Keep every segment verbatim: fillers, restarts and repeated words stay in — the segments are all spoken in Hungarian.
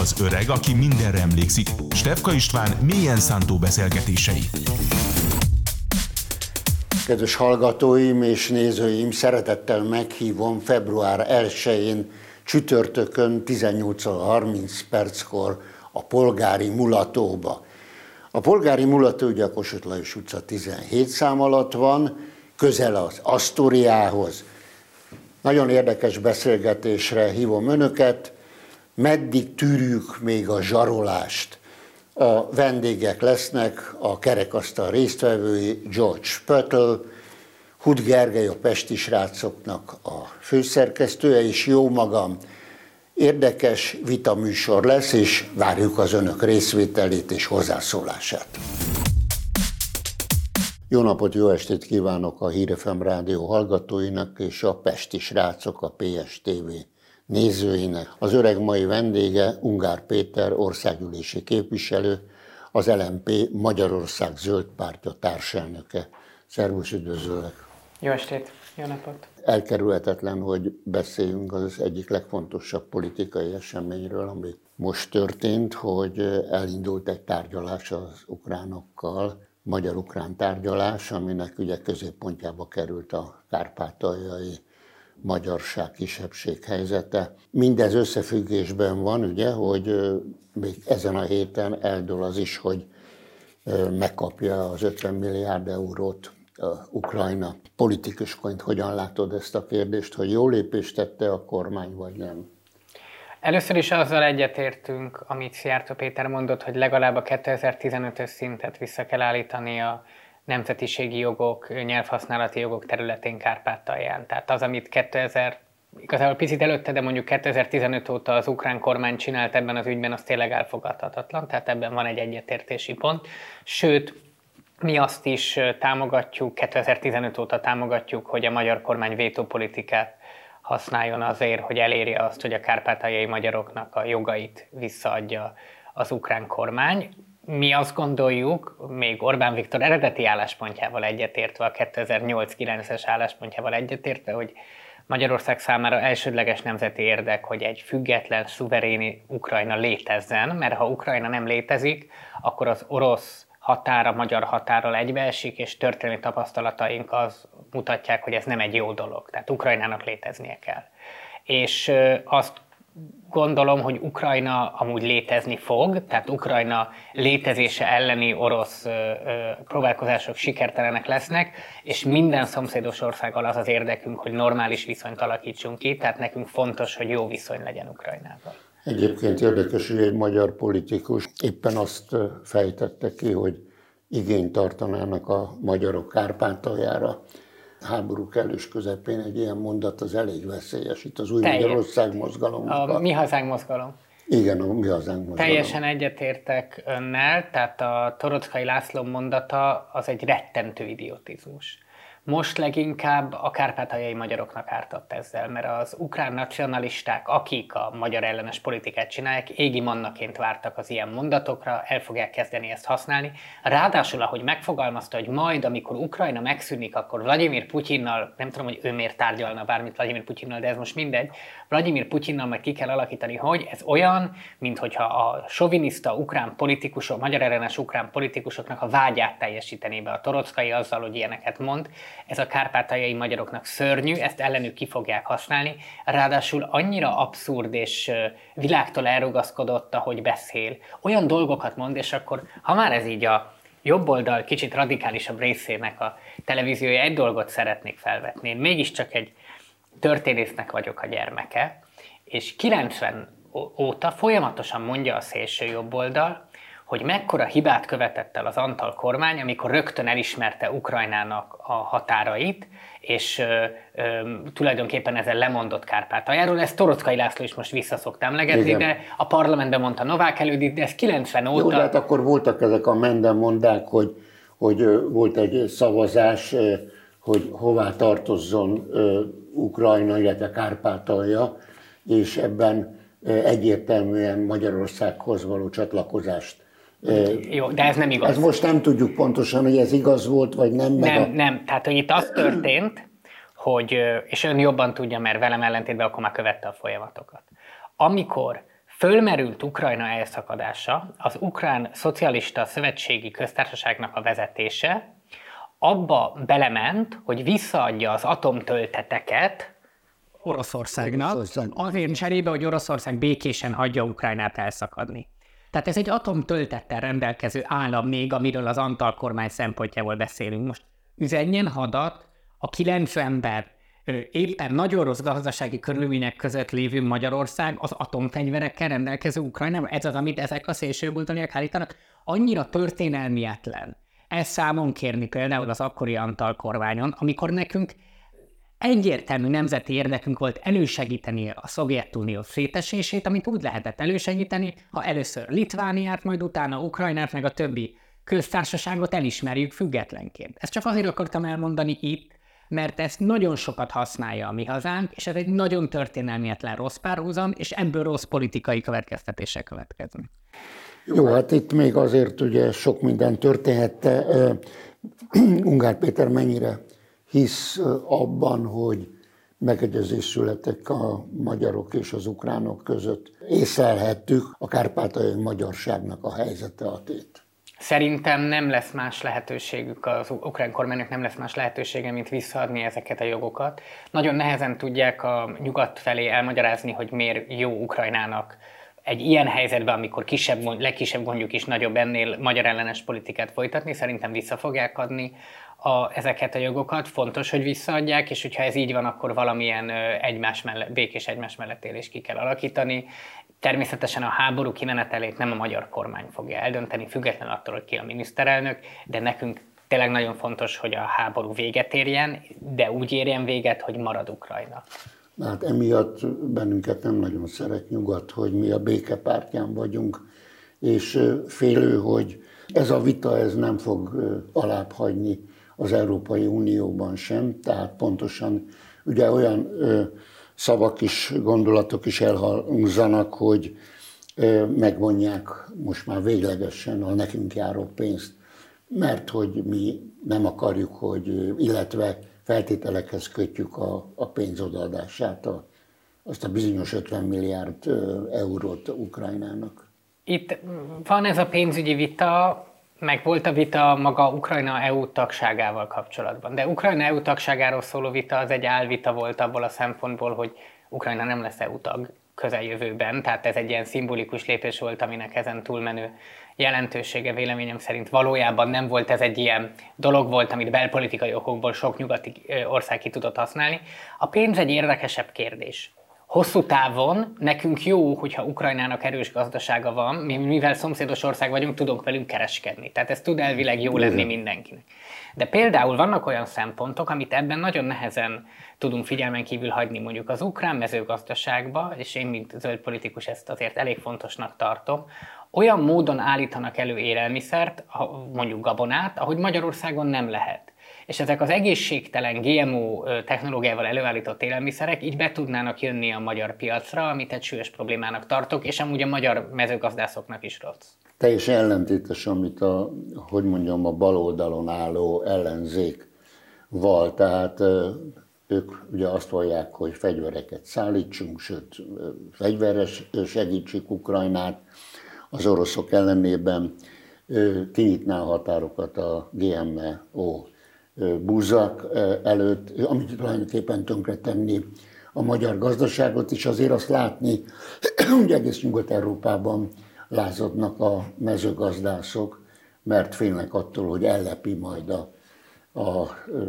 Az öreg, aki mindenre emlékszik. Stefka István mélyen szántó beszélgetései. Kedves hallgatóim és nézőim, szeretettel meghívom február elsején csütörtökön tizennyolc óra harminc perckor a Polgári Mulatóba. A Polgári Mulató ugye a Kossuth Lajos utca tizenhét szám alatt van, közel az Asztóriához. Nagyon érdekes beszélgetésre hívom önöket. Meddig tűrjük még a zsarolást? A vendégek lesznek a kerekasztal résztvevői, George Pöttl, Huth Gergely, a Pesti Srácoknak a főszerkesztője, és jó magam. Érdekes vitaműsor lesz, és várjuk az önök részvételét és hozzászólását. Jó napot, jó estét kívánok a Hír ef em rádió hallgatóinak és a Pesti Srácok, a pé es té vé nézőinek. Az öreg mai vendége Ungár Péter országgyűlési képviselő, az el em pé Magyarország Zöld Pártja társelnöke. Szervusz, üdvözöllek! Jó estét, jó napot! Elkerülhetetlen, hogy beszéljünk az egyik legfontosabb politikai eseményről, ami most történt, hogy elindult egy tárgyalás az ukránokkal, magyar-ukrán tárgyalás, aminek ugye középpontjába került a kárpátaljai magyarság kisebbség helyzete. Mindez összefüggésben van, ugye, hogy még ezen a héten eldől az is, hogy megkapja az ötven milliárd eurót Ukrajna. Politikusként hogyan látod ezt a kérdést, hogy jó lépést tette a kormány, vagy nem? Először is azzal egyetértünk, amit Szijjártó Péter mondott, hogy legalább a kétezer-tizenötös szintet vissza kell állítani a nemzetiségi jogok, nyelvhasználati jogok területén Kárpátalján. Tehát az, amit kétezer, igazából picit előtte, de mondjuk kétezer-tizenöt óta az ukrán kormány csinált ebben az ügyben, az tényleg elfogadhatatlan, tehát ebben van egy egyetértési pont. Sőt, mi azt is támogatjuk, kétezer-tizenöt óta támogatjuk, hogy a magyar kormány vétópolitikát használjon azért, hogy elérje azt, hogy a kárpátaljai magyaroknak a jogait visszaadja az ukrán kormány. Mi azt gondoljuk, még Orbán Viktor eredeti álláspontjával egyetértve, a kétezer-nyolc-kilences álláspontjával egyetértve, hogy Magyarország számára elsődleges nemzeti érdek, hogy egy független, szuverén Ukrajna létezzen, mert ha Ukrajna nem létezik, akkor az orosz határ a magyar határral egybeesik, és történelmi tapasztalataink az mutatják, hogy ez nem egy jó dolog. Tehát Ukrajnának léteznie kell. És azt gondolom, hogy Ukrajna amúgy létezni fog, tehát Ukrajna létezése elleni orosz ö, ö, próbálkozások sikertelenek lesznek, és minden szomszédos országgal az az érdekünk, hogy normális viszonyt alakítsunk ki, tehát nekünk fontos, hogy jó viszony legyen Ukrajnával. Egyébként érdekes, hogy egy magyar politikus éppen azt fejtette ki, hogy igényt tartanának a magyarok Kárpátaljára. Háború kellős közepén egy ilyen mondat az elég veszélyes. Itt az új Teljes. Magyarország mozgalomnak. A Mi Hazánk mozgalom. Igen, a Mi Hazánk mozgalom. Teljesen egyetértek önnel, tehát a Toroczkai László mondata az egy rettentő idiotizmus. Most leginkább a kárpátaljai magyaroknak ártott ezzel, mert az ukrán nacionalisták, akik a magyar ellenes politikát csinálják, égi mannaként vártak az ilyen mondatokra, el fogják kezdeni ezt használni. Ráadásul, ahogy megfogalmazta, hogy majd, amikor Ukrajna megszűnik, akkor Vladimir Putyinnal, nem tudom, hogy ő miért tárgyalna bármit Vladimir Putyinnal, de ez most mindegy, Vladimir Putyinnal majd ki kell alakítani, hogy ez olyan, minthogyha a soviniszta ukrán politikusok, magyar ellenes ukrán politikusoknak a vágyát teljesítené be a Toroczkai azzal, hogy ilyeneket mond. Ez a kárpátaljai magyaroknak szörnyű, ezt ellenük ki fogják használni, ráadásul annyira abszurd és világtól elrugaszkodott, ahogy beszél. Olyan dolgokat mond, és akkor, ha már ez így a jobb oldal kicsit radikálisabb részének a televíziója, egy dolgot szeretnék felvetni. Én mégiscsak egy történésznek vagyok a gyermeke, és kilencven óta folyamatosan mondja a szélső jobb oldal, hogy mekkora hibát követett el az Antal kormány, amikor rögtön elismerte Ukrajnának a határait, és ö, ö, tulajdonképpen ezzel lemondott Kárpátaljáról. Ezt Toroczkai László is most vissza szokta emlegetni, igen. De a parlamentben mondta Novák Elődit, de ez kilencven óta... Jó, de hát akkor voltak ezek a mendenmondák, hogy, hogy volt egy szavazás, hogy hová tartozzon Ukrajna, illetve Kárpátalja, és ebben egyértelműen Magyarországhoz való csatlakozást. Jó, de ez nem igaz. Ez most nem tudjuk pontosan, hogy ez igaz volt, vagy nem. Nem, a... nem. Tehát, hogy itt az történt, hogy, és ön jobban tudja, mert velem ellentétben akkor már követte a folyamatokat. Amikor fölmerült Ukrajna elszakadása, az Ukrán Szocialista Szövetségi Köztársaságnak a vezetése abba belement, hogy visszaadja az atomtölteteket Oroszországnak, azért cserébe, hogy Oroszország békésen hagyja Ukrajnát elszakadni. Tehát ez egy atomtöltettel rendelkező állam még, amiről az Antal kormány szempontjából beszélünk. Most üzenjen hadat a kilenc ember éppen nagyon rossz gazdasági körülmények között lévő Magyarország az atomfegyverekkel rendelkező Ukrajnában. Ez az, amit ezek a szélsőjobboldaliak állítanak. Annyira történelmietlen ezt számon kérni például az akkori Antal kormányon, amikor nekünk egyértelmű nemzeti érdekünk volt elősegíteni a Szovjetunió szétesését, amit úgy lehetett elősegíteni, ha először Litvániát, majd utána Ukrajnát, meg a többi köztársaságot elismerjük függetlenként. Ezt csak azért akartam elmondani itt, mert ezt nagyon sokat használja a mi hazánk, és ez egy nagyon történelmietlen rossz párhuzam, és ebből rossz politikai következtetések következnek. Jó, hát itt még azért ugye sok minden történhette. Ungár Péter mennyire hisz abban, hogy megegyezés született a magyarok és az ukránok között. Észlelhettük a kárpátaljai magyarságnak a helyzete a tét. Szerintem nem lesz más lehetőségük, az ukrán kormánynak nem lesz más lehetősége, mint visszaadni ezeket a jogokat. Nagyon nehezen tudják a nyugat felé elmagyarázni, hogy miért jó Ukrajnának egy ilyen helyzetben, amikor kisebb, legkisebb gondjuk is nagyobb ennél magyar ellenes politikát folytatni, szerintem vissza fogják adni a, ezeket a jogokat. Fontos, hogy visszaadják, és hogyha ez így van, akkor valamilyen egymás mellett, békés egymás mellett élést ki kell alakítani. Természetesen a háború kimenetelét nem a magyar kormány fogja eldönteni, függetlenül attól, hogy ki a miniszterelnök, de nekünk tényleg nagyon fontos, hogy a háború véget érjen, de úgy érjen véget, hogy marad Ukrajna. Hát emiatt bennünket nem nagyon szeret nyugat, hogy mi a béke pártján vagyunk, és félő, hogy ez a vita ez nem fog alább hagyni az Európai Unióban sem, tehát pontosan ugye olyan szavak is, gondolatok is elhangzanak, hogy megvonják most már véglegesen a nekünk járó pénzt, mert hogy mi nem akarjuk, hogy, illetve feltételekhez kötjük a, a pénz odaadását, a, azt a bizonyos ötven milliárd eurót Ukrajnának. Itt van ez a pénzügyi vita, meg volt a vita maga Ukrajna é u tagságával kapcsolatban. De Ukrajna é u tagságáról szóló vita az egy álvita volt abból a szempontból, hogy Ukrajna nem lesz é u tag közeljövőben, tehát ez egy ilyen szimbolikus lépés volt, aminek ezen túlmenő jelentősége véleményem szerint valójában nem volt, ez egy ilyen dolog volt, amit belpolitikai okokból sok nyugati ország ki tudott használni. A pénz egy érdekesebb kérdés. Hosszú távon nekünk jó, hogyha Ukrajnának erős gazdasága van, mi, mivel szomszédos ország vagyunk, tudunk velünk kereskedni. Tehát ez tud elvileg jó lenni mindenkinek. De például vannak olyan szempontok, amit ebben nagyon nehezen tudunk figyelmen kívül hagyni, mondjuk az ukrán mezőgazdaságba, és én, mint zöld politikus, ezt azért elég fontosnak tartom, olyan módon állítanak elő élelmiszert, mondjuk gabonát, ahogy Magyarországon nem lehet. És ezek az egészségtelen gé em o technológiával előállított élelmiszerek így be tudnának jönni a magyar piacra, amit egy súlyos problémának tartok, és amúgy a magyar mezőgazdászoknak is rossz. Teljesen ellentétes, amit a, hogy mondjam, a bal oldalon álló ellenzék val. Tehát ők ugye azt vallják, hogy fegyvereket szállítsunk, sőt, fegyveres segítsük Ukrajnát. Az oroszok ellenében kinyitná a határokat a gé em o búzak előtt, amit tulajdonképpen tönkretenni a magyar gazdaságot, és azért azt látni, hogy egész Nyugat-Európában lázadnak a mezőgazdászok, mert félnek attól, hogy ellepi majd a, a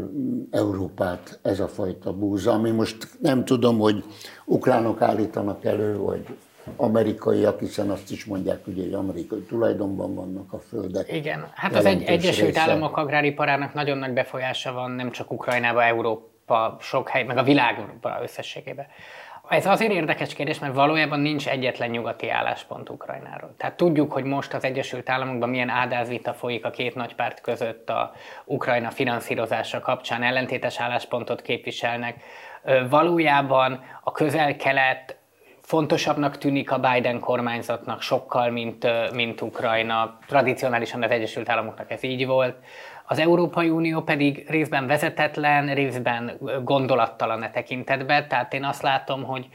Európát ez a fajta búza, ami most nem tudom, hogy ukránok állítanak elő, vagy amerikaiak, hiszen azt is mondják, ugye, hogy amerikai tulajdonban vannak a földek. Igen, hát az egy, Egyesült része. Államok agráriparának nagyon nagy befolyása van, nem csak Ukrajnába, Európa, sok hely, meg a világban összességében. Ez azért érdekes kérdés, mert valójában nincs egyetlen nyugati álláspont Ukrajnáról. Tehát tudjuk, hogy most az Egyesült Államokban milyen áldázvita folyik a két nagy párt között a Ukrajna finanszírozása kapcsán, ellentétes álláspontot képviselnek. Valójában a közel-kelet fontosabbnak tűnik a Biden kormányzatnak sokkal, mint, mint Ukrajna. Tradicionálisan az Egyesült Államoknak ez így volt. Az Európai Unió pedig részben vezetetlen, részben gondolattalan e tekintetben. Tehát én azt látom, hogy,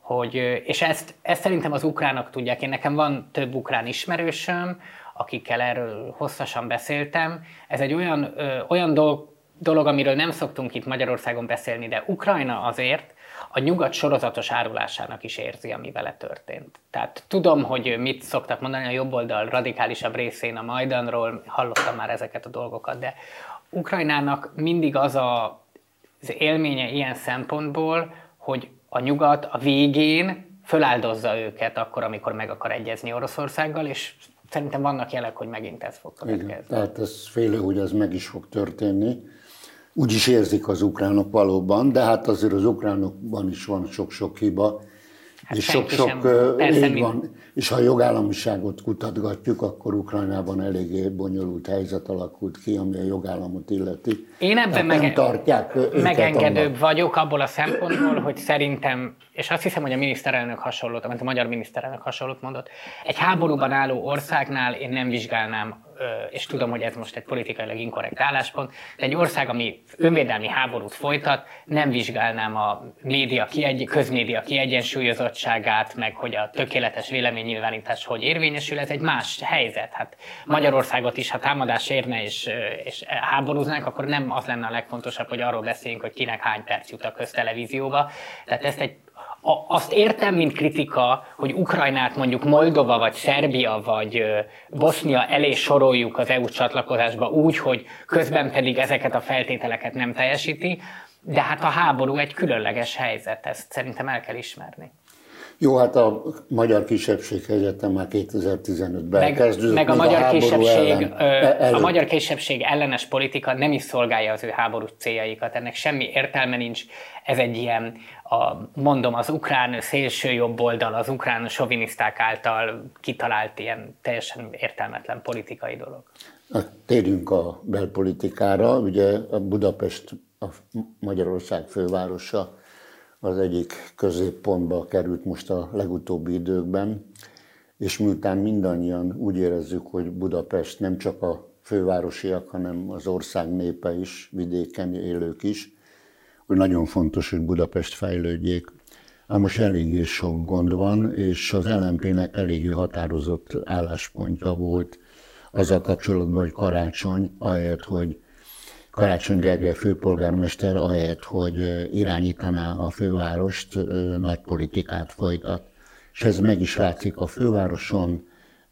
hogy, és ezt, ezt szerintem az ukránok tudják. Én nekem van több ukrán ismerősöm, akikkel erről hosszasan beszéltem. Ez egy olyan, ö, olyan dolog, dolog, amiről nem szoktunk itt Magyarországon beszélni, de Ukrajna azért a nyugat sorozatos árulásának is érzi, ami vele történt. Tehát tudom, hogy mit szoktak mondani a jobboldal radikálisabb részén a Majdanról, hallottam már ezeket a dolgokat, de Ukrajnának mindig az a, az élménye ilyen szempontból, hogy a nyugat a végén föláldozza őket akkor, amikor meg akar egyezni Oroszországgal, és szerintem vannak jelek, hogy megint ez fog következni. Tehát ez félő, hogy ez meg is fog történni. Úgy is érzik az ukránok valóban, de hát azért az ukránokban is van sok-sok hiba, hát és sok-sok így van. És ha a jogállamiságot kutatgatjuk, akkor Ukrajnában eléggé bonyolult helyzet alakult ki, ami a jogállamot illeti. Én ebben mege- nem tartják megengedőbb annak. vagyok abból a szempontból, hogy szerintem, és azt hiszem, hogy a miniszterelnök hasonlót, amit a magyar miniszterelnök hasonlót mondott, egy háborúban álló országnál én nem vizsgálnám, és tudom, hogy ez most egy politikailag inkorrekt álláspont, de egy ország, ami önvédelmi háborút folytat, nem vizsgálnám a média kiegy, közmédia kiegyensúlyozottságát, meg hogy a tökéletes véleménynyilvánítás hogy érvényesül, ez egy más helyzet. Hát Magyarországot is, ha támadás érne és, és háborúznánk, akkor nem az lenne a legfontosabb, hogy arról beszéljünk, hogy kinek hány perc jut a köztelevízióba. Tehát ezt egy Azt értem, mint kritika, hogy Ukrajnát mondjuk Moldova, vagy Szerbia, vagy Bosznia elé soroljuk az é u csatlakozásba úgy, hogy közben pedig ezeket a feltételeket nem teljesíti, de hát a háború egy különleges helyzet, ezt szerintem el kell ismerni. Jó, hát a Magyar Kisebbség Egyetem már kétezer-tizenötben elkezdődött. Meg a magyar, a, kisebbség, ellen, a magyar kisebbség ellenes politika nem is szolgálja az ő háborús céljaikat, ennek semmi értelme nincs. Ez egy ilyen, a, mondom, az ukrán szélső jobb oldal, az ukrán soviniszták által kitalált ilyen teljesen értelmetlen politikai dolog. Térjünk a belpolitikára. Ugye a Budapest, a Magyarország fővárosa, az egyik középpontba került most a legutóbbi időkben, és miután mindannyian úgy érezzük, hogy Budapest nem csak a fővárosiak, hanem az ország népe is, vidéken élők is, hogy nagyon fontos, hogy Budapest fejlődjék. Ám most eléggé sok gond van, és az el em pé-nek eléggé határozott álláspontja volt azzal kapcsolatban, hogy Karácsony, ahelyett, hogy Karácsony Gergely főpolgármester, ahelyett, hogy irányítaná a fővárost, nagy politikát folytat. És ez meg is látszik a fővároson,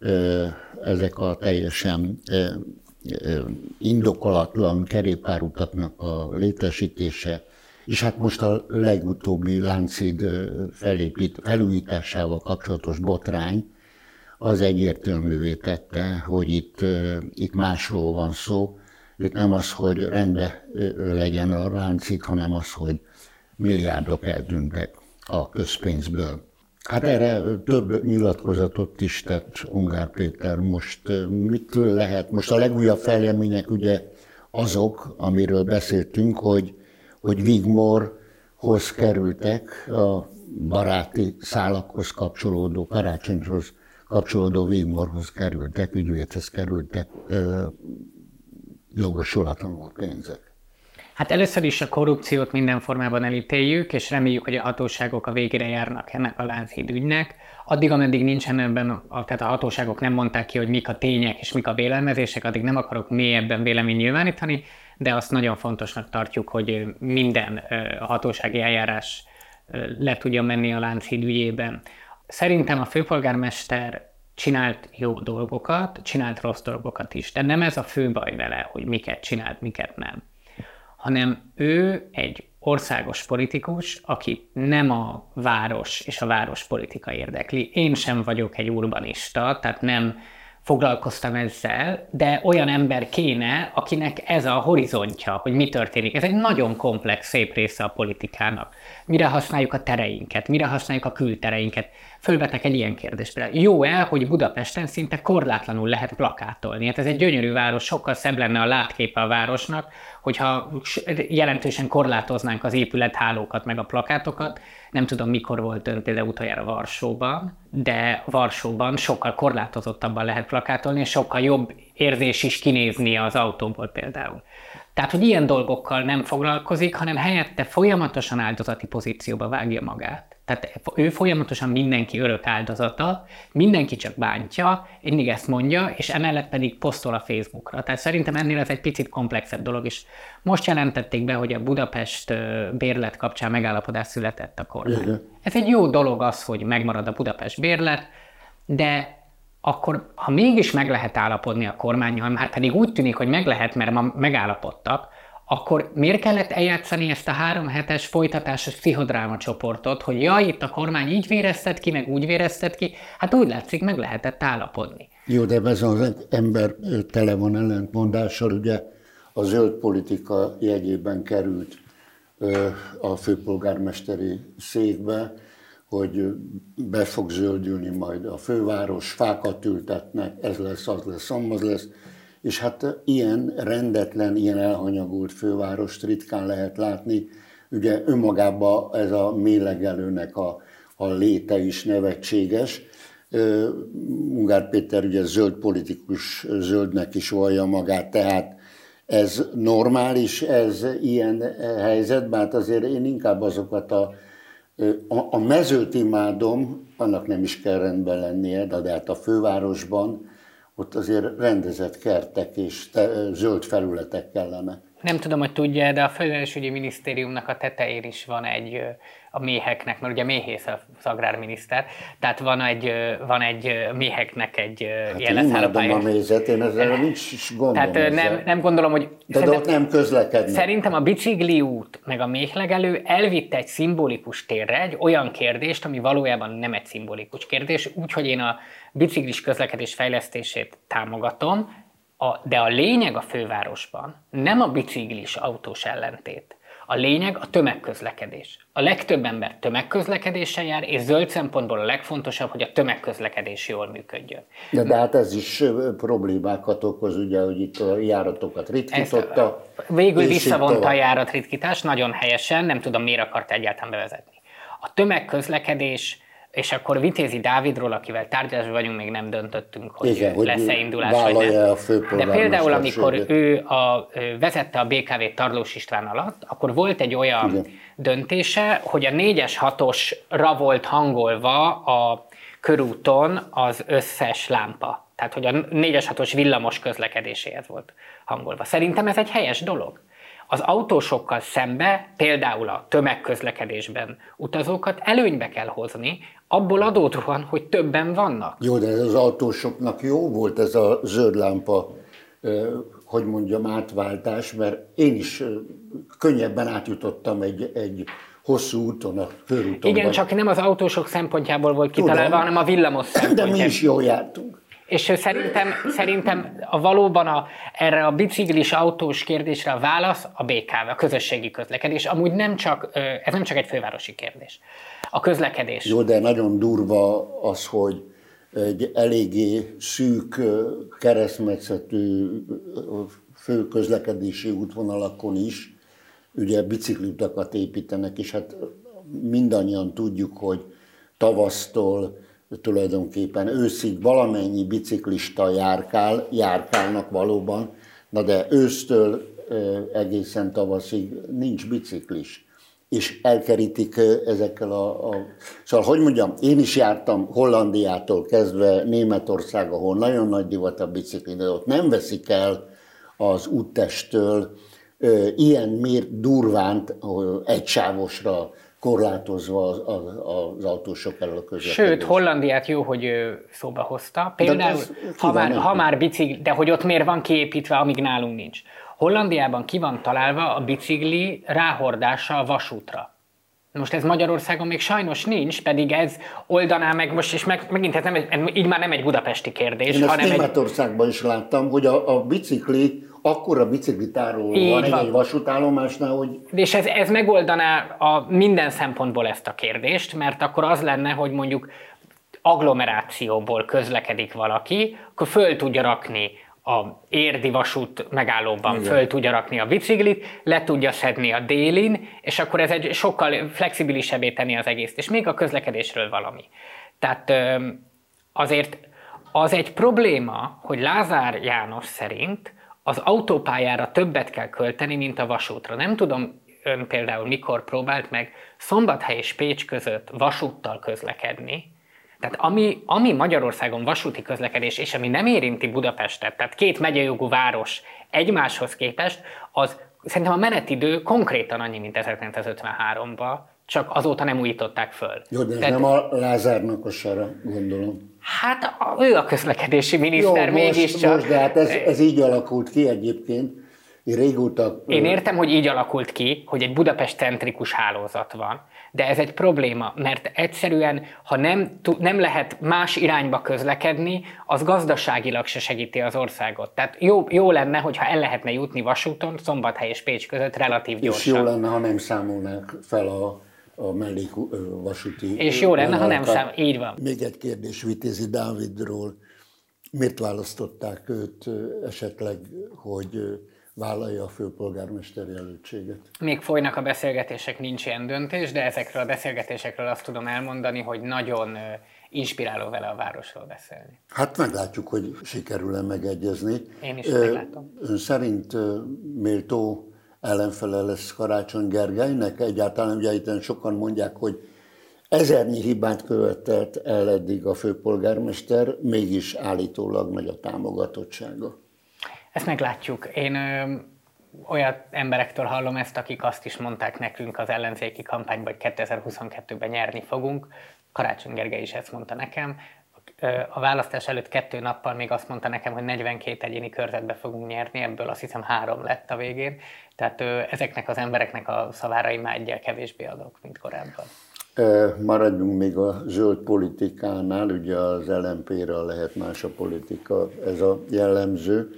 ezek a teljesen indokolatlan kerékpárutaknak a létesítése, és hát most a legutóbbi Lánchíd felépít, felújításával kapcsolatos botrány, az egyértelművé tette, hogy itt, itt másról van szó. Itt nem az, hogy rendbe legyen a Lánchíd, hanem az, hogy milliárdok eltűntek a közpénzből. Hát erre több nyilatkozatot is tett Ungár Péter. Most mit lehet? Most a legújabb fejlemények ugye azok, amiről beszéltünk, hogy, hogy Wigmore-hoz kerültek, a baráti szálakhoz kapcsolódó, Karácsonyhoz kapcsolódó Wigmore-hoz kerültek, ügyvédhez kerültek jogosulatlanul pénzek. Hát először is a korrupciót minden formában elítéljük, és reméljük, hogy a hatóságok a végére járnak ennek a Lánchíd ügynek. Addig, ameddig nincsen ebben, a, tehát a hatóságok nem mondták ki, hogy mik a tények és mik a vélelmezések, addig nem akarok mélyebben véleményt nyilvánítani, de azt nagyon fontosnak tartjuk, hogy minden a hatósági eljárás le tudjon menni a Lánchíd ügyében. Szerintem a főpolgármester csinált jó dolgokat, csinált rossz dolgokat is, de nem ez a fő baj vele, hogy miket csinált, miket nem, hanem ő egy országos politikus, aki nem a város és a várospolitika érdekli. Én sem vagyok egy urbanista, tehát nem foglalkoztam ezzel, de olyan ember kéne, akinek ez a horizontja, hogy mi történik. Ez egy nagyon komplex, szép része a politikának. Mire használjuk a tereinket, mire használjuk a kültereinket. Fölvetek egy ilyen kérdést. Például jó-e, hogy Budapesten szinte korlátlanul lehet plakátolni? Hát ez egy gyönyörű város, sokkal szebb lenne a látképe a városnak, hogyha jelentősen korlátoznánk az épülethálókat meg a plakátokat. Nem tudom, mikor volt ön például utoljára Varsóban, de Varsóban sokkal korlátozottabban lehet plakátolni, és sokkal jobb érzés is kinézni az autóból például. Tehát, hogy ilyen dolgokkal nem foglalkozik, hanem helyette folyamatosan áldozati pozícióba vágja magát. Tehát ő folyamatosan mindenki örök áldozata, mindenki csak bántja, mindig ezt mondja, és emellett pedig posztol a Facebookra. Tehát szerintem ennél ez egy picit komplexebb dolog, és most jelentették be, hogy a Budapest bérlet kapcsán megállapodás született a kormány. Ez egy jó dolog az, hogy megmarad a Budapest bérlet, de akkor, ha mégis meg lehet állapodni a kormánnyal, már pedig úgy tűnik, hogy meg lehet, mert ma megállapodtak, akkor miért kellett eljátszani ezt a három hetes folytatásos pszichodráma csoportot, hogy jaj, itt a kormány így véreztet ki, meg úgy véreztet ki, hát úgy látszik, meg lehetett állapodni. Jó, de ez az ember tele van ellentmondással, ugye a zöld politika jegyében került a főpolgármesteri székbe, hogy be fog zöldülni majd a főváros, fákat ültetnek, ez lesz, az lesz, amaz lesz, és hát ilyen rendetlen, ilyen elhanyagult fővárost ritkán lehet látni. Ugye önmagában ez a mélegelőnek a, a léte is nevetséges. Ungár Péter ugye zöld politikus, zöldnek is vallja magát, tehát ez normális, ez ilyen helyzetben, hát azért én inkább azokat a A, a mezőt imádom, annak nem is kell rendben lennie, de, de hát a fővárosban ott azért rendezett kertek és te, zöld felületek kellene. Nem tudom, hogy tudja, de a Földrejlesztésügyi Minisztériumnak a tetején is van egy, a méheknek, mert ugye méhész az agrárminiszter, tehát van egy, van egy méheknek egy hát ilyen leszállópálya. Imádom a mézet, én ezzel nincs is gondom. Tehát nem, nem gondolom, hogy... De, de ott nem közlekednek. Szerintem a bicikliút meg a méhlegelő elvitte egy szimbolikus térre egy olyan kérdést, ami valójában nem egy szimbolikus kérdés, úgyhogy én a biciklis közlekedés fejlesztését támogatom, A, de a lényeg a fővárosban nem a biciklis autós ellentét. A lényeg a tömegközlekedés. A legtöbb ember tömegközlekedéssel jár, és zöld szempontból a legfontosabb, hogy a tömegközlekedés jól működjön. De, de hát ez is problémákat okoz, ugye, hogy itt a járatokat ritkította. Ezt végül visszavonta a járatritkítást, nagyon helyesen, nem tudom miért akarta egyáltalán bevezetni. A tömegközlekedés, és akkor Vitézi Dávidról, akivel tárgyalásban vagyunk, még nem döntöttünk, hogy igen, lesz-e indulás, vagy nem. De például, amikor ő, a, ő vezette a bé ká vét Tarlós István alatt, akkor volt egy olyan igen. döntése, hogy a négyes hatosra volt hangolva a körúton az összes lámpa. Tehát, hogy a négyes hatos villamos közlekedéséhez volt hangolva. Szerintem ez egy helyes dolog. Az autósokkal szembe, például a tömegközlekedésben utazókat előnybe kell hozni, abból adódóan, hogy többen vannak. Jó, de ez az autósoknak jó volt ez a zöld lámpa, hogy mondjam, átváltás, mert én is könnyebben átjutottam egy, egy hosszú úton, a körúton. Igen, csak nem az autósok szempontjából volt kitalálva, tudom, hanem a villamos szempontjából. De mi is jól jártunk. És szerintem, szerintem a valóban a, erre a biciklis autós kérdésre a válasz a bé ká vé, a közösségi közlekedés. Amúgy nem csak, ez nem csak egy fővárosi kérdés. A közlekedés. Jó, de nagyon durva az, hogy egy eléggé szűk keresztmetszetű fő közlekedési útvonalakon is ugye bicikliutakat építenek, és hát mindannyian tudjuk, hogy tavasztól tulajdonképpen őszig valamennyi biciklista járkál, járkálnak valóban, na de ősztől egészen tavaszig nincs biciklis, és elkerítik ezekkel a, a... Szóval, hogy mondjam, én is jártam Hollandiától kezdve Németország, ahol nagyon nagy divat a bicikli, de ott nem veszik el az úttesttől ilyen mért durvánt egysávosra korlátozva az, az, az autósok elől a közlekedés. Sőt, Hollandiát jó, hogy szóba hozta. Például, ha már, ha már bicikli, de hogy ott miért van kiépítve, amíg nálunk nincs. Hollandiában ki van találva a bicikli ráhordása a vasútra. Most ez Magyarországon még sajnos nincs, pedig ez oldaná meg most, és meg, megint ez nem, így már nem egy budapesti kérdés. Én hanem ezt Németországban egy... is láttam, hogy a, a bicikli, akkora biciklitároló van egy, egy vasútállomásnál, hogy... És ez, ez megoldaná a minden szempontból ezt a kérdést, mert akkor az lenne, hogy mondjuk agglomerációból közlekedik valaki, akkor föl tudja rakni a érdi vasút megállóban, igen, föl tudja rakni a biciklit, le tudja szedni a délin, és akkor ez egy sokkal flexibilisebbé tenni az egészt, és még a közlekedésről valami. Tehát azért az egy probléma, hogy Lázár János szerint az autópályára többet kell költeni, mint a vasútra. Nem tudom, ön például mikor próbált meg Szombathely és Pécs között vasúttal közlekedni. Tehát ami, ami Magyarországon vasúti közlekedés, és ami nem érinti Budapestet, tehát két megyejogú város egymáshoz képest, az szerintem a menetidő konkrétan annyi, mint ezerkilencszázötvenháromban, csak azóta nem újították föl. Jó, de ez Tehát, nem a Lázár Nakosára gondolom. Hát a, ő a közlekedési miniszter Jó, most, mégiscsak. Most, de hát ez, ez így alakult ki egyébként. Én régóta... Én értem, hogy így alakult ki, hogy egy Budapest-centrikus hálózat van, de ez egy probléma, mert egyszerűen, ha nem, nem lehet más irányba közlekedni, az gazdaságilag se segíti az országot. Tehát jó, jó lenne, hogyha el lehetne jutni vasúton Szombathely és Pécs között relatív gyorsan. És jó lenne, ha nem számolnák fel a, a mellékvasúti... És jó lenne, ha nem számolnák. Így van. Még egy kérdés Vitézi Dávidról. Miért választották őt esetleg, hogy vállalja a főpolgármester jelöltséget? Még folynak a beszélgetések, nincs ilyen döntés, de ezekről a beszélgetésekről azt tudom elmondani, hogy nagyon inspiráló vele a városról beszélni. Hát meglátjuk, hogy sikerül-e megegyezni. Én is meglátom. Ön szerint méltó ellenfele lesz Karácsony Gergelynek? Egyáltalán ugye itt sokan mondják, hogy ezernyi hibát követett el eddig a főpolgármester, mégis állítólag megy a támogatottsága. Ezt meglátjuk. Én ö, olyan emberektől hallom ezt, akik azt is mondták nekünk az ellenzéki kampányban, hogy kétezer-huszonkettőben nyerni fogunk. Karácsony Gergely is ezt mondta nekem. A választás előtt kettő nappal még azt mondta nekem, hogy negyvenkét egyéni körzetbe fogunk nyerni, ebből azt hiszem három lett a végén. Tehát ö, ezeknek az embereknek a szavára én már egyel kevésbé adok, mint korábban. Maradjunk még a zöld politikánál, ugye az el em pé-re lehet más a politika, ez a jellemző.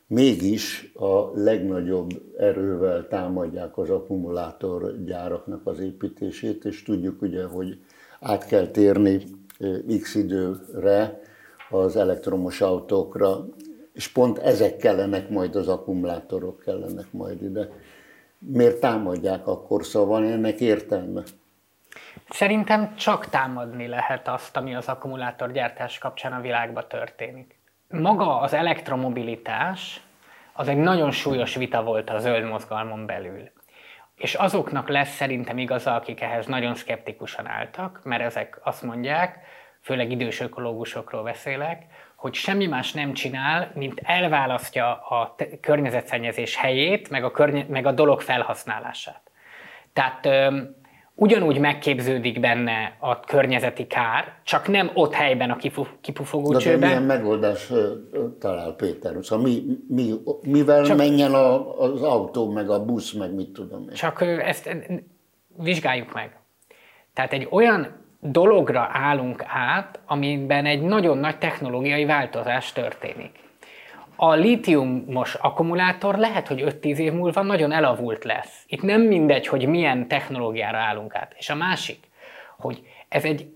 Mégis a legnagyobb erővel támadják az akkumulátorgyáraknak az építését, és tudjuk ugye, hogy át kell térni x időre az elektromos autókra, és pont ezek kellenek majd, az akkumulátorok kellenek majd ide. Miért támadják akkor, szóval ennek értelme? Szerintem csak támadni lehet azt, ami az akkumulátorgyártás kapcsán a világban történik. Maga az elektromobilitás az egy nagyon súlyos vita volt a zöld mozgalmon belül. És azoknak lesz szerintem igaza, akik ehhez nagyon szkeptikusan álltak, mert ezek azt mondják, főleg idős ökológusokról beszélek, hogy semmi más nem csinál, mint elválasztja a környezetszennyezés helyét, meg a, környe- meg a dolog felhasználását. Tehát öm, ugyanúgy megképződik benne a környezeti kár, csak nem ott helyben a kipufogócsőben. De milyen megoldás talál Péter? Szóval mi, mi, mivel csak, menjen a, az autó, meg a busz, meg mit tudom én? Csak ezt vizsgáljuk meg. Tehát egy olyan dologra állunk át, amiben egy nagyon nagy technológiai változás történik. A lítiumos akkumulátor lehet, hogy öt-tíz év múlva nagyon elavult lesz. Itt nem mindegy, hogy milyen technológiára állunk át. És a másik, hogy ez egy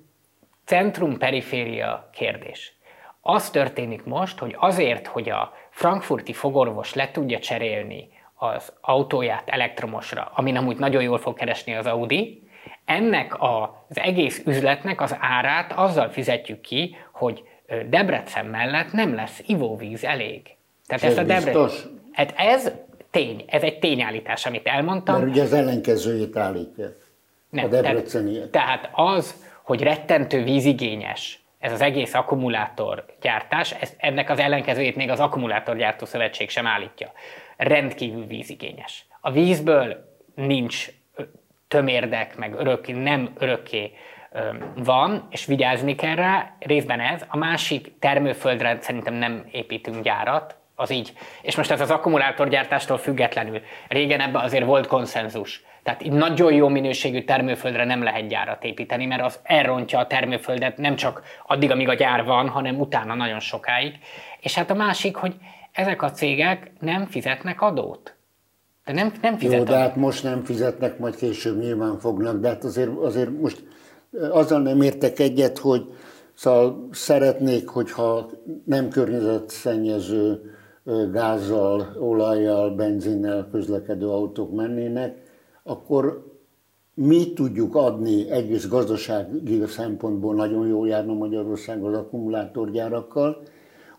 centrum-periféria kérdés. Az történik most, hogy azért, hogy a frankfurti fogorvos le tudja cserélni az autóját elektromosra, amin amúgy nagyon jól fog keresni az Audi, ennek az egész üzletnek az árát azzal fizetjük ki, hogy Debrecen mellett nem lesz ivóvíz elég. Tehát ez, ez a Debrecen... Hát ez tény, ez egy tényállítás, amit elmondtam. Mert ugye az ellenkezőjét állítja. Nem, a debreceniek. Tehát az, hogy rettentő vízigényes ez az egész akkumulátorgyártás, ez, ennek az ellenkezőjét még az Akkumulátorgyártó Szövetség sem állítja. Rendkívül vízigényes. A vízből nincs tömérdek, meg örökké, nem örökké van, és vigyázni kell rá, részben ez. A másik, termőföldre szerintem nem építünk gyárat, az így. És most ez az akkumulátorgyártástól függetlenül. Régen ebben azért volt konszenzus. Tehát így nagyon jó minőségű termőföldre nem lehet gyárat építeni, mert az elrontja a termőföldet nem csak addig, amíg a gyár van, hanem utána nagyon sokáig. És hát a másik, hogy ezek a cégek nem fizetnek adót. De nem, nem fizet Jó, de adót. hát most nem fizetnek, majd később nyilván fognak, de hát azért, azért most azzal nem értek egyet, hogy szóval szeretnék, hogyha nem környezetszennyező gázzal, olajjal, benzinnel közlekedő autók mennének, akkor mi tudjuk adni egész gazdasági szempontból nagyon jól járna Magyarország az akkumulátorgyárakkal,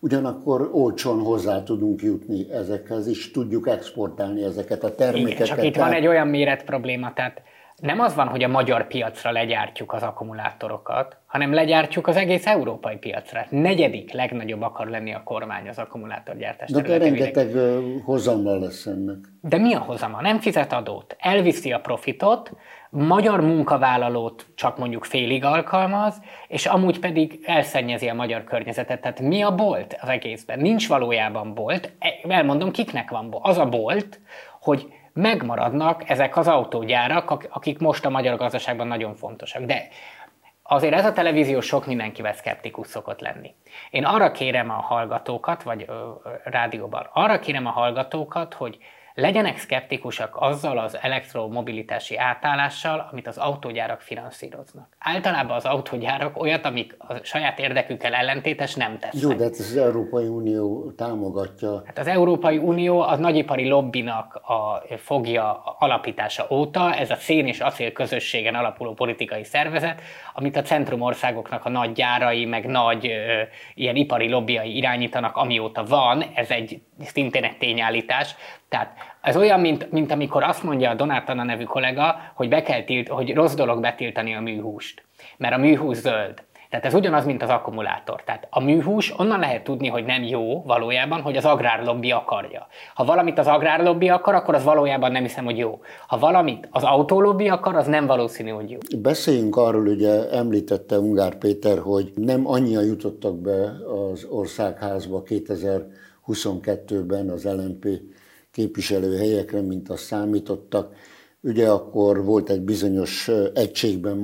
ugyanakkor olcsón hozzá tudunk jutni ezekhez, és tudjuk exportálni ezeket a termékeket. Igen, csak itt van egy olyan méret probléma, tehát nem az van, hogy a magyar piacra legyártjuk az akkumulátorokat, hanem legyártjuk az egész európai piacra. Negyedik legnagyobb akar lenni a kormány az akkumulátorgyártás területén. De rengeteg hozama lesz ennek. De mi a hozama? Nem fizet adót, elviszi a profitot, magyar munkavállalót csak mondjuk félig alkalmaz, és amúgy pedig elszennyezi a magyar környezetet. Tehát mi a bolt az egészben? Nincs valójában bolt. Elmondom, kiknek van bolt. Az a bolt, hogy megmaradnak ezek az autógyárak, akik most a magyar gazdaságban nagyon fontosak. De azért ez a televízió sok mindenkivel szkeptikus szokott lenni. Én arra kérem a hallgatókat, vagy ö, rádióban, arra kérem a hallgatókat, hogy legyenek szkeptikusak azzal az elektromobilitási átállással, amit az autógyárak finanszíroznak. Általában az autógyárak olyat, amik a saját érdekükkel ellentétes, nem tesznek. Jó, de az Európai Unió támogatja. Hát az Európai Unió a nagyipari lobbinak a fogja alapítása óta, ez a szén és acél közösségen alapuló politikai szervezet, amit a centrumországoknak a nagy gyárai, meg nagy ö, ilyen ipari lobbiai irányítanak, amióta van, ez egy szintén egy tényállítás. Tehát ez olyan, mint, mint amikor azt mondja a Donát Anna nevű kollega, hogy, be kell tilt, hogy rossz dolog betiltani a műhúst, mert a műhús zöld. Tehát ez ugyanaz, mint az akkumulátor. Tehát a műhús onnan lehet tudni, hogy nem jó valójában, hogy az agrárlobby akarja. Ha valamit az agrárlobby akar, akkor az valójában nem hiszem, hogy jó. Ha valamit az autólobby akar, az nem valószínű, hogy jó. Beszéljünk arról, ugye említette Ungár Péter, hogy nem annyian jutottak be az országházba kétezer-huszonkettőben az el em pé képviselőhelyekre, mint azt számítottak. Ugye akkor volt egy bizonyos egységben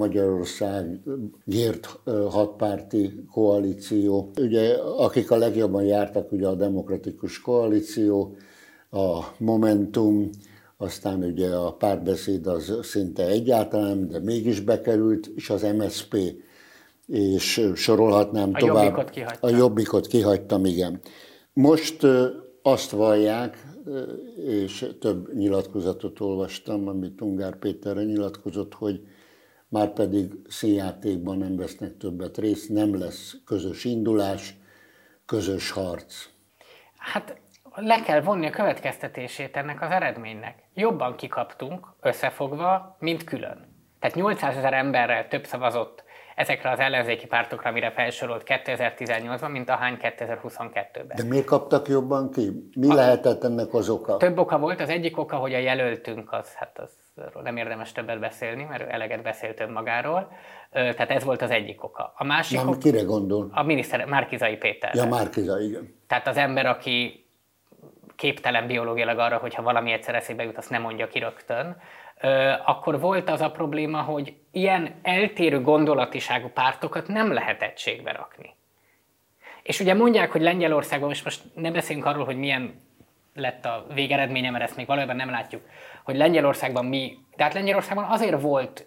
Magyarországért hatpárti koalíció. Ugye akik a legjobban jártak, ugye a Demokratikus Koalíció, a Momentum, aztán ugye a Párbeszéd az szinte egyáltalán, de mégis bekerült, és az em es zé pé, és sorolhatnám a tovább. Jobbikot kihagytam. A Jobbikot kihagytam, igen. Most azt vallják, és több nyilatkozatot olvastam, amit Ungár Péterre nyilatkozott, hogy már pedig színjátékban nem vesznek többet részt, nem lesz közös indulás, közös harc. Hát le kell vonni a következtetését ennek az eredménynek. Jobban kikaptunk összefogva, mint külön. Tehát nyolcszázezer emberrel több szavazott ezekre az ellenzéki pártokra, amire felsorolt kétezer-tizennyolcban, mint ahány kétezer-huszonkettőben. De miért kaptak jobban ki? Mi a, lehetett ennek az oka? Több oka volt. Az egyik oka, hogy a jelöltünk, az, hát az nem érdemes többet beszélni, mert ő eleget beszélt önmagáról. Tehát ez volt az egyik oka. A másik Nem, oka, kire gondol? A miniszter, Márki-Zay Péter. Ja, Márki-Zay, igen. Tehát az ember, aki képtelen biológiailag arra, hogyha valami egyszer eszébe jut, azt nem mondja ki rögtön, akkor volt az a probléma, hogy ilyen eltérő gondolatiságú pártokat nem lehet egységbe rakni. És ugye mondják, hogy Lengyelországban, és most ne beszéljünk arról, hogy milyen lett a végeredménye, mert ezt még valójában nem látjuk, hogy Lengyelországban mi, de hát Lengyelországban azért volt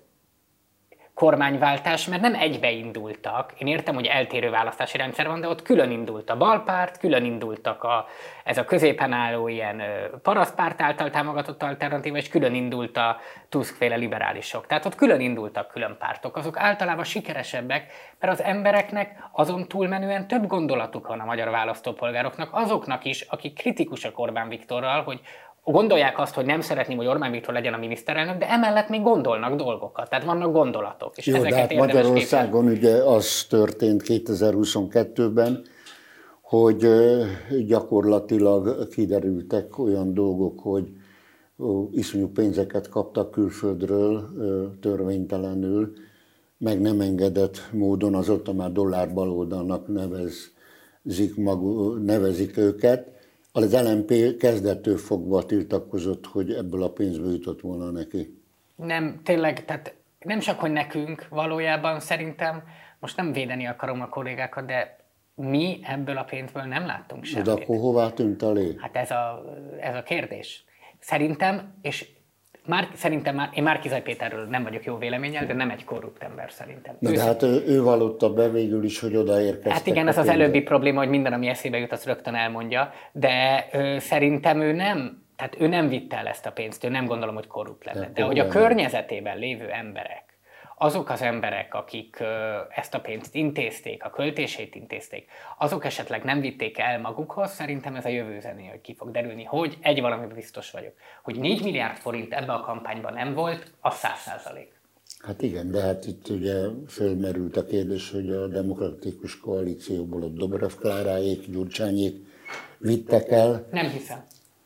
kormányváltás, mert nem egybe indultak. Én értem, hogy eltérő választási rendszer van, de ott külön indult a balpárt, külön indultak a, ez a középen álló ilyen parasztpárt által támogatott alternatíva, és külön indult a Tusk-féle liberálisok. Tehát ott külön indultak külön pártok. Azok általában sikeresebbek, mert az embereknek azon túlmenően több gondolatuk van a magyar választópolgároknak, azoknak is, akik kritikusak Orbán Viktorral, hogy gondolják azt, hogy nem szeretném, hogy Orbán Viktor legyen a miniszterelnök, de emellett még gondolnak dolgokat, tehát vannak gondolatok. És jó, ezeket de hát Magyarországon képzelni. ugye az történt kétezer-huszonkettőben, hogy gyakorlatilag kiderültek olyan dolgok, hogy iszonyú pénzeket kaptak külföldről törvénytelenül, meg nem engedett módon, azóta már dollárbaloldalnak nevezik, magu, nevezik őket. Az el em pé kezdettől fogva tiltakozott, hogy ebből a pénzből jutott volna neki. Nem, tényleg, tehát nem csak, hogy nekünk valójában szerintem, most nem védeni akarom a kollégákat, de mi ebből a pénzből nem láttunk semmit. De akkor hová tűnt a lé? Hát ez a, ez a kérdés. Szerintem, és már, szerintem már, én Márki-Zay Péterről nem vagyok jó véleménnyel, de nem egy korrupt ember szerintem. Na, ő de hát ő, ő vallotta be végül is, hogy odaérkeztek. Hát igen, ez az előbbi probléma, hogy minden, ami eszébe jut, azt rögtön elmondja, de ö, szerintem ő nem, tehát ő nem vitte el ezt a pénzt, ő nem gondolom, hogy korrupt lenne. De, de hogy a környezetében lévő emberek, azok az emberek, akik ezt a pénzt intézték, a költését intézték, azok esetleg nem vitték el magukhoz, szerintem ez a jövő zené, hogy ki fog derülni, hogy egy valami biztos vagyok, hogy négy milliárd forint ebbe a kampányban nem volt, az száz százalék. Hát igen, de hát itt ugye fölmerült a kérdés, hogy a demokratikus koalícióból a Dobrev Kláráék, Gyurcsányék vittek el. Nem hiszem.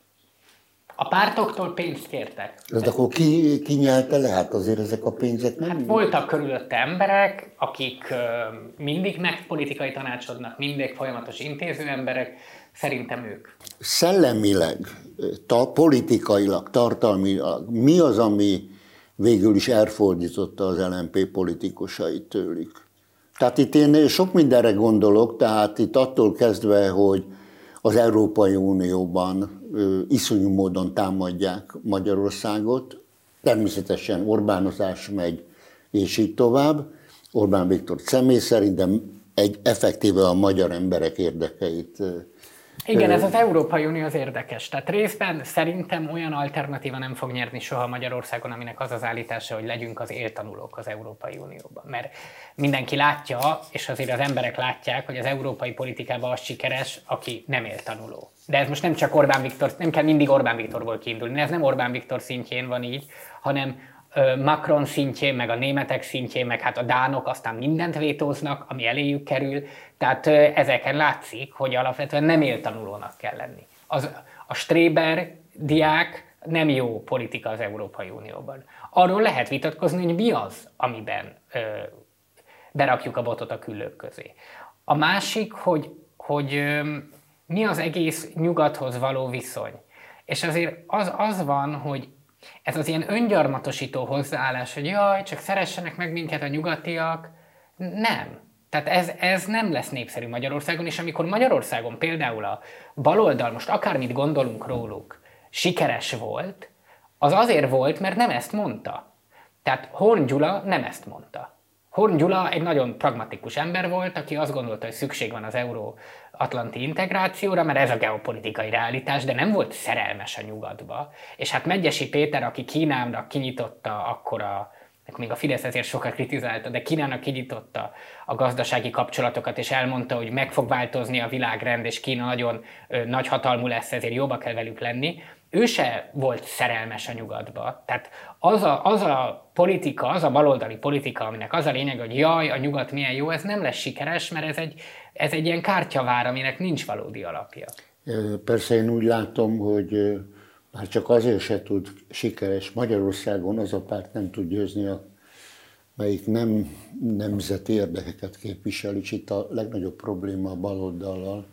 A pártoktól pénzt kértek. De akkor ki, ki nyelte le? Hát azért ezek a pénzek nem... Hát voltak körülötte emberek, akik uh, mindig megpolitikai tanácsodnak, mindig folyamatos intéző emberek, szerintem ők. Szellemileg, ta, politikailag, tartalmilag, mi az, ami végül is elfordította az el em pé politikusait tőlük? Tehát itt én sok mindenre gondolok, tehát itt attól kezdve, hogy az Európai Unióban ö, iszonyú módon támadják Magyarországot, természetesen Orbánozás megy, és így tovább. Orbán Viktor személy szerint, de egy effektíve a magyar emberek érdekeit. Igen, ez az Európai Unió az érdekes. Tehát részben szerintem olyan alternatíva nem fog nyerni soha Magyarországon, aminek az az állítása, hogy legyünk az éltanulók az Európai Unióban. Mert mindenki látja, és azért az emberek látják, hogy az európai politikában az sikeres, aki nem éltanuló. De ez most nem csak Orbán Viktor, nem kell mindig Orbán Viktorból kiindulni, ez nem Orbán Viktor szintjén van így, hanem Macron szintjén, meg a németek szintjén, meg hát a dánok aztán mindent vétóznak, ami eléjük kerül. Tehát ezeken látszik, hogy alapvetően nem éltanulónak kell lenni. Az, a Stréber diák nem jó politika az Európai Unióban. Arról lehet vitatkozni, hogy mi az, amiben ö, berakjuk a botot a küllők közé. A másik, hogy, hogy ö, mi az egész nyugathoz való viszony. És azért az, az van, hogy ez az ilyen öngyarmatosító hozzáállás, hogy jaj, csak szeressenek meg minket a nyugatiak. Nem. Tehát ez, ez nem lesz népszerű Magyarországon, és amikor Magyarországon például a baloldal, most akármit gondolunk róluk, sikeres volt, az azért volt, mert nem ezt mondta. Tehát Horn Gyula nem ezt mondta. Horn Gyula egy nagyon pragmatikus ember volt, aki azt gondolta, hogy szükség van az euró-atlanti integrációra, mert ez a geopolitikai realitás, de nem volt szerelmes a nyugatba. És hát Medgyessy Péter, aki Kínának kinyitotta akkor a, még a Fidesz ezért sokat kritizálta, de Kínának kinyitotta a gazdasági kapcsolatokat, és elmondta, hogy meg fog változni a világrend, és Kína nagyon ö, nagy hatalmú lesz, ezért jobba kell velük lenni. Ő se volt szerelmes a nyugatba. Tehát az a, az a politika, az a baloldali politika, aminek az a lényeg, hogy jaj, a nyugat milyen jó, ez nem lesz sikeres, mert ez egy, ez egy ilyen kártyavár, aminek nincs valódi alapja. Persze én úgy látom, hogy már csak azért se tud sikeres Magyarországon, az a párt nem tud győzni, a, melyik nem nemzeti érdekeket képvisel, és itt a legnagyobb probléma a baloldallal,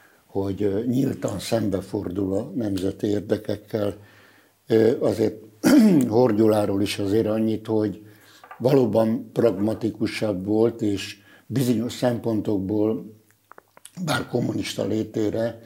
hogy nyíltan szembefordul a nemzeti érdekekkel. Azért Horn Gyuláról is azért annyit, hogy valóban pragmatikusabb volt, és bizonyos szempontokból, bár kommunista létére,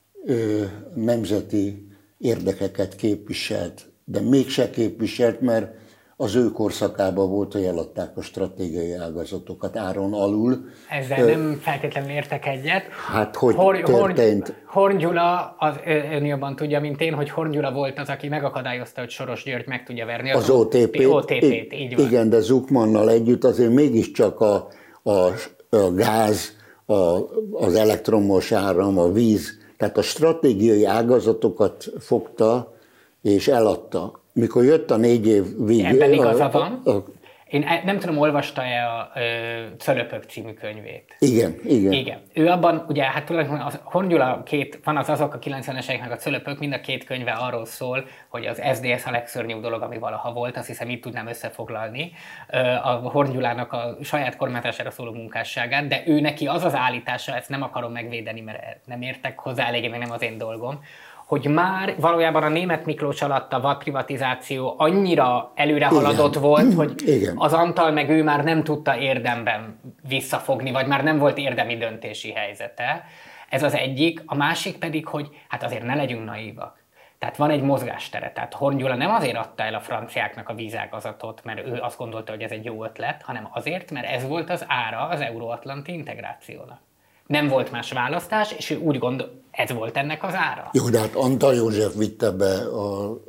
nemzeti érdekeket képviselt, de mégse képviselt, mert az ő korszakában volt, hogy eladták a stratégiai ágazatokat áron alul. Ezzel Ö, nem feltétlenül értek egyet. Hát hogy Hor, történt? Horn Gyula, az, ön jobban tudja, mint én, hogy Horn Gyula volt az, aki megakadályozta, hogy Soros György meg tudja verni az, az o té pét. o té pét, így van. Igen, de Zuckmannal együtt azért mégiscsak a, a, a gáz, a, az elektromos áram, a víz, tehát a stratégiai ágazatokat fogta és eladta. Mikor jött a négy év végén... Ebben igaza van. A, a, Én nem tudom, olvasta-e a ö, Cölöpök című könyvét? Igen, igen. Igen. Ő abban, ugye, hát tulajdonképpen az Horn Gyula két, van az azok a kilencvenes éveknek a Cölöpök, mind a két könyve arról szól, hogy az es zé dé es a legszörnyűbb dolog, ami valaha volt, azt hiszem így tudnám összefoglalni a Horn Gyulának a saját kormányzására szóló munkásságát, de ő neki az az állítása, ezt nem akarom megvédeni, mert nem értek hozzá eléggé, meg nem az én dolgom, hogy már valójában a Németh Miklós alatt a vadprivatizáció annyira előre haladott Igen. volt, hogy Igen. az Antal meg ő már nem tudta érdemben visszafogni, vagy már nem volt érdemi döntési helyzete. Ez az egyik. A másik pedig, hogy hát azért ne legyünk naívak. Tehát van egy mozgástere. Tehát Horn Gyula nem azért adta el a franciáknak a vízágazatot, mert ő azt gondolta, hogy ez egy jó ötlet, hanem azért, mert ez volt az ára az euróatlanti integrációnak. Nem volt más választás, és ő úgy gondol, ez volt ennek az ára. Jó, de hát Antal József vitte be a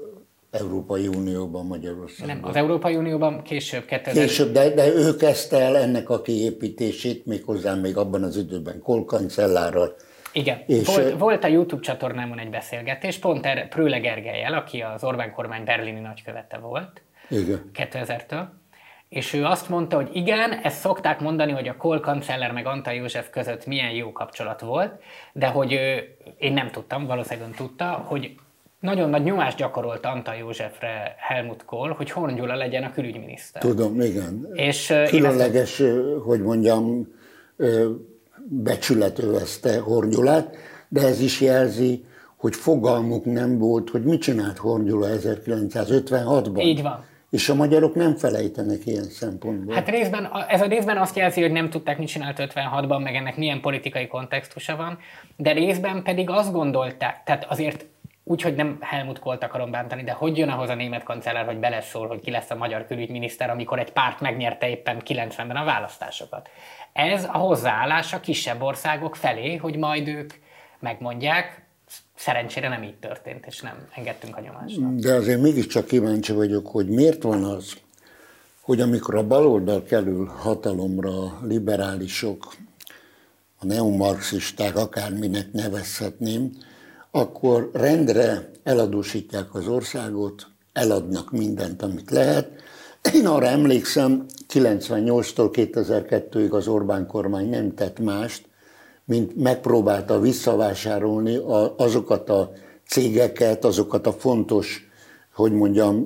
Európai Unióban Magyarországon. Nem, az Európai Unióban később, kétezer... Később, de, de ő kezdte el ennek a kiépítését, méghozzá még abban az időben Kohl kancellárral. Igen, és volt, volt a YouTube csatornámon egy beszélgetés, pont erre Prőle Gergellyel, aki az Orbán kormány berlini nagykövete volt, igen. kétezertől, és ő azt mondta, hogy igen, ezt szokták mondani, hogy a Kohl kancellár meg Antall József között milyen jó kapcsolat volt, de hogy ő, én nem tudtam, valószínűleg tudta, hogy nagyon nagy nyomást gyakorolt Antall Józsefre Helmut Kohl, hogy Horn Gyula legyen a külügyminiszter. Tudom, igen. És különleges, ezt... hogy mondjam, becsület övezte Horn Gyulát, de ez is jelzi, hogy fogalmuk nem volt, hogy mit csinált Horn Gyula ezerkilencszázötvenhatban. Így van. És a magyarok nem felejtenek ilyen szempontból. Hát részben, ez a részben azt jelzi, hogy nem tudták, mit csinált ötvenhatban, meg ennek milyen politikai kontextusa van, de részben pedig azt gondolták, tehát azért úgy, hogy nem Helmut Kohlt akarom bántani, de hogy jön ahhoz a német kancellár, hogy beleszól, hogy ki lesz a magyar külügyminiszter, amikor egy párt megnyerte éppen kilencvenben a választásokat. Ez a hozzáállás a kisebb országok felé, hogy majd ők megmondják, szerencsére nem így történt, és nem engedtünk a nyomásnak. De azért mégiscsak kíváncsi vagyok, hogy miért van az, hogy amikor a baloldal kerül hatalomra, a liberálisok, a neomarxisták, akárminek nevezhetném, akkor rendre eladósítják az országot, eladnak mindent, amit lehet. Én arra emlékszem, kilencvennyolctól kétezer-kettőig az Orbán kormány nem tett mást, mint megpróbálta visszavásárolni azokat a cégeket, azokat a fontos, hogy mondjam,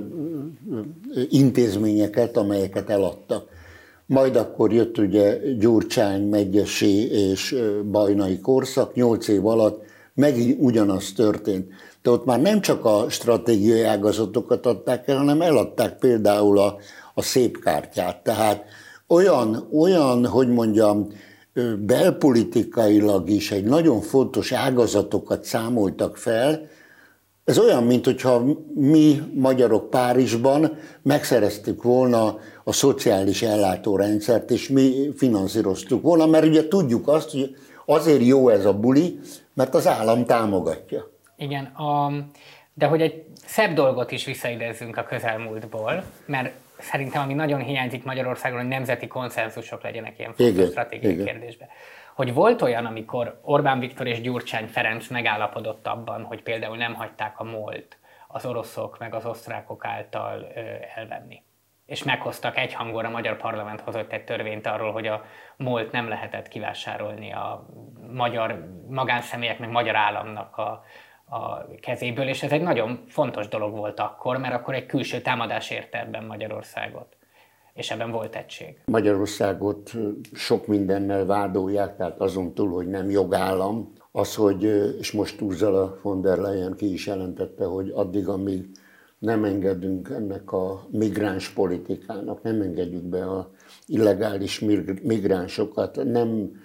intézményeket, amelyeket eladtak. Majd akkor jött ugye Gyurcsány, Medgyessy és Bajnai korszak, nyolc év alatt megint ugyanaz történt. De ott már nem csak a stratégiai ágazatokat adták el, hanem eladták például a, a szépkártyát. Tehát olyan, olyan, hogy mondjam, belpolitikailag is egy nagyon fontos ágazatokat számoltak fel. Ez olyan, mintha mi magyarok Párizsban megszereztük volna a szociális ellátórendszert, és mi finanszíroztuk volna, mert ugye tudjuk azt, hogy azért jó ez a buli, mert az állam támogatja. Igen, a, de hogy egy szebb dolgot is visszaidezzünk a közelmúltból, mert szerintem ami nagyon hiányzik Magyarországon, hogy nemzeti konszenzusok legyenek ilyen fontos stratégiai kérdésben. Hogy volt olyan, amikor Orbán Viktor és Gyurcsány Ferenc megállapodott abban, hogy például nem hagyták a MOL-t az oroszok meg az osztrákok által ö, elvenni. És meghoztak egyhangúan, a magyar parlament hozott egy törvényt arról, hogy a MOL-t nem lehetett kivásárolni a magyar magánszemélyek meg magyar államnak a, a kezéből, és ez egy nagyon fontos dolog volt akkor, mert akkor egy külső támadás érte ebben Magyarországot, és ebben volt egység. Magyarországot sok mindennel vádolják, tehát azon túl, hogy nem jogállam, az, hogy, és most Ursula von der Leyen ki is jelentette, hogy addig, amíg nem engedünk ennek a migráns politikának, nem engedjük be az illegális migránsokat, nem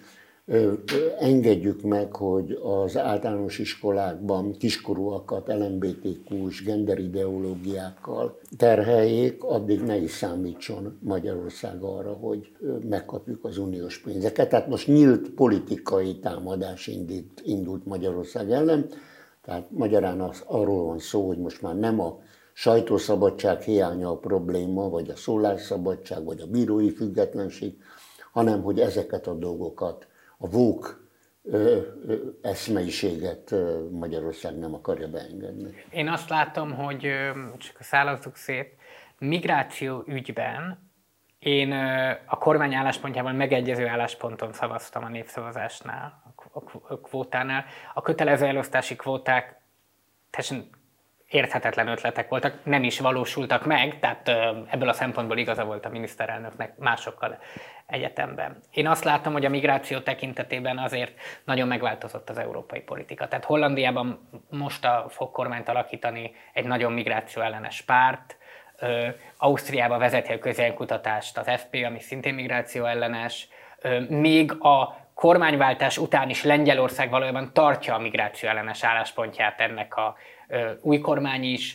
engedjük meg, hogy az általános iskolákban kiskorúakat el em bé té kú-s genderideológiákkal terheljék, addig ne is számítson Magyarország arra, hogy megkapjuk az uniós pénzeket. Tehát most nyílt politikai támadás indult, indult Magyarország ellen, tehát magyarán az, arról van szó, hogy most már nem a sajtószabadság hiánya a probléma, vagy a szólásszabadság, vagy a bírói függetlenség, hanem hogy ezeket a dolgokat, a vók eszmeiséget Magyarország nem akarja beengedni. Én azt látom, hogy csak szállazzuk szét, migráció ügyben én a kormány álláspontjával megegyező állásponton szavaztam a népszavazásnál, a kvótánál. A kötelező elosztási kvóták teljesen érthetetlen ötletek voltak, nem is valósultak meg, tehát ebből a szempontból igaza volt a miniszterelnöknek másokkal egyetemben. Én azt látom, hogy a migráció tekintetében azért nagyon megváltozott az európai politika. Tehát Hollandiában most a fog kormányt alakítani egy nagyon migráció ellenes párt, Ausztriában vezeti a közélkutatást az ef pé, ami szintén migráció ellenes, még a kormányváltás után is Lengyelország valójában tartja a migráció ellenes álláspontját ennek a új kormány is,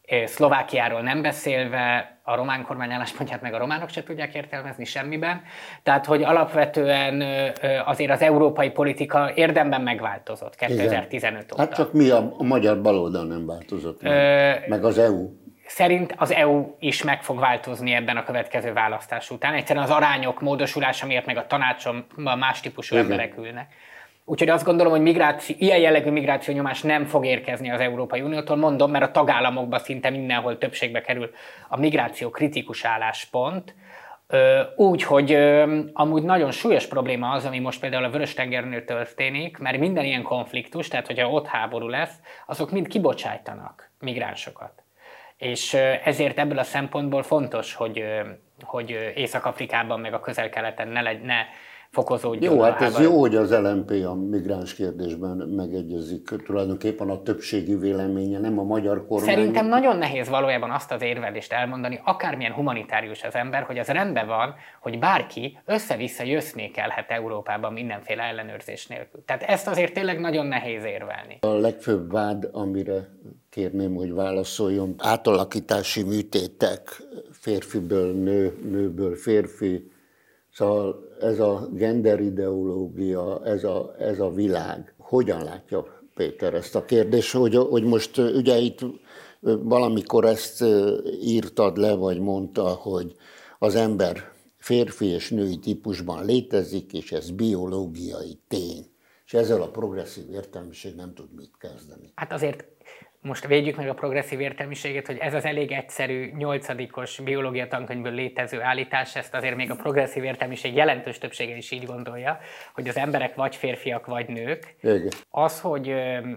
Szlovákiáról nem beszélve, a román kormány álláspontját meg a románok se tudják értelmezni semmiben. Tehát, hogy alapvetően azért az európai politika érdemben megváltozott kétezer-tizenöt óta. Hát csak mi a, a magyar baloldal nem változott meg, Ö... meg az é u. Szerint az é u is meg fog változni ebben a következő választás után. Egyszerűen az arányok módosulása miatt meg a tanácson más típusú Igen. emberek ülnek. Úgyhogy azt gondolom, hogy migráció, ilyen jellegű migráció nyomás nem fog érkezni az Európai Uniótól, mondom, mert a tagállamokban szinte mindenhol többségbe kerül a migráció kritikus álláspont. Úgy, hogy amúgy nagyon súlyos probléma az, ami most például a Vörös-tengernél történik, mert minden ilyen konfliktus, tehát hogyha ott háború lesz, azok mind kibocsájtanak migránsokat. És ezért ebből a szempontból fontos, hogy, hogy Észak-Afrikában meg a Közel-Keleten ne, legy, ne fokozódjon. Jó, hát ez jó, hogy az el em pé a migráns kérdésben megegyezik. Tulajdonképpen a többségi véleménye, nem a magyar kormány. Szerintem nagyon nehéz valójában azt az érvelést elmondani, akármilyen humanitárius az ember, hogy az rendben van, hogy bárki össze-vissza jössznékelhet Európában mindenféle ellenőrzés nélkül. Tehát ezt azért tényleg nagyon nehéz érvelni. A legfőbb vád, amire kérném, hogy válaszoljon, átalakítási műtétek, férfiből nő, nőből férfi. Szóval ez a genderideológia, ez a, ez a világ. Hogyan látja Péter ezt a kérdést, hogy, hogy most ugye itt valamikor ezt írtad le, vagy mondta, hogy az ember férfi és női típusban létezik, és ez biológiai tény. És ezzel a progresszív értelmiség nem tud mit kezdeni. Hát azért most védjük meg a progresszív értelmiséget, hogy ez az elég egyszerű nyolcadikos biológia tankönyvből létező állítás, ezt azért még a progresszív értelmiség jelentős többsége is így gondolja, hogy az emberek vagy férfiak, vagy nők. Igen. Az, hogy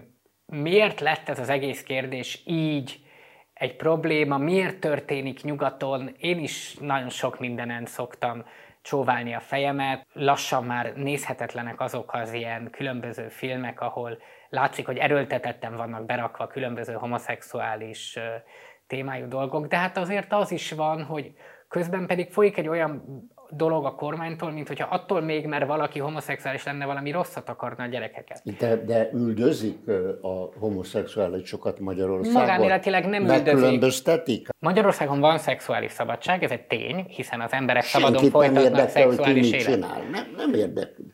miért lett ez az egész kérdés így egy probléma, miért történik nyugaton, én is nagyon sok mindenen szoktam csóválni a fejemet. Lassan már nézhetetlenek azok az ilyen különböző filmek, ahol látszik, hogy erőltetetten vannak berakva különböző homoszexuális témájú dolgok, de hát azért az is van, hogy közben pedig folyik egy olyan dolog a kormánytól, mint hogyha attól még, mert valaki homoszexuális lenne, valami rosszat akarna a gyerekeket. De, de üldözik a homoszexuálisokat Magyarországon? Magánéletileg nem üldözik. Magyarországon van szexuális szabadság, ez egy tény, hiszen az emberek szabadon folytatnak szexuális életet. Nem, nem érdekli.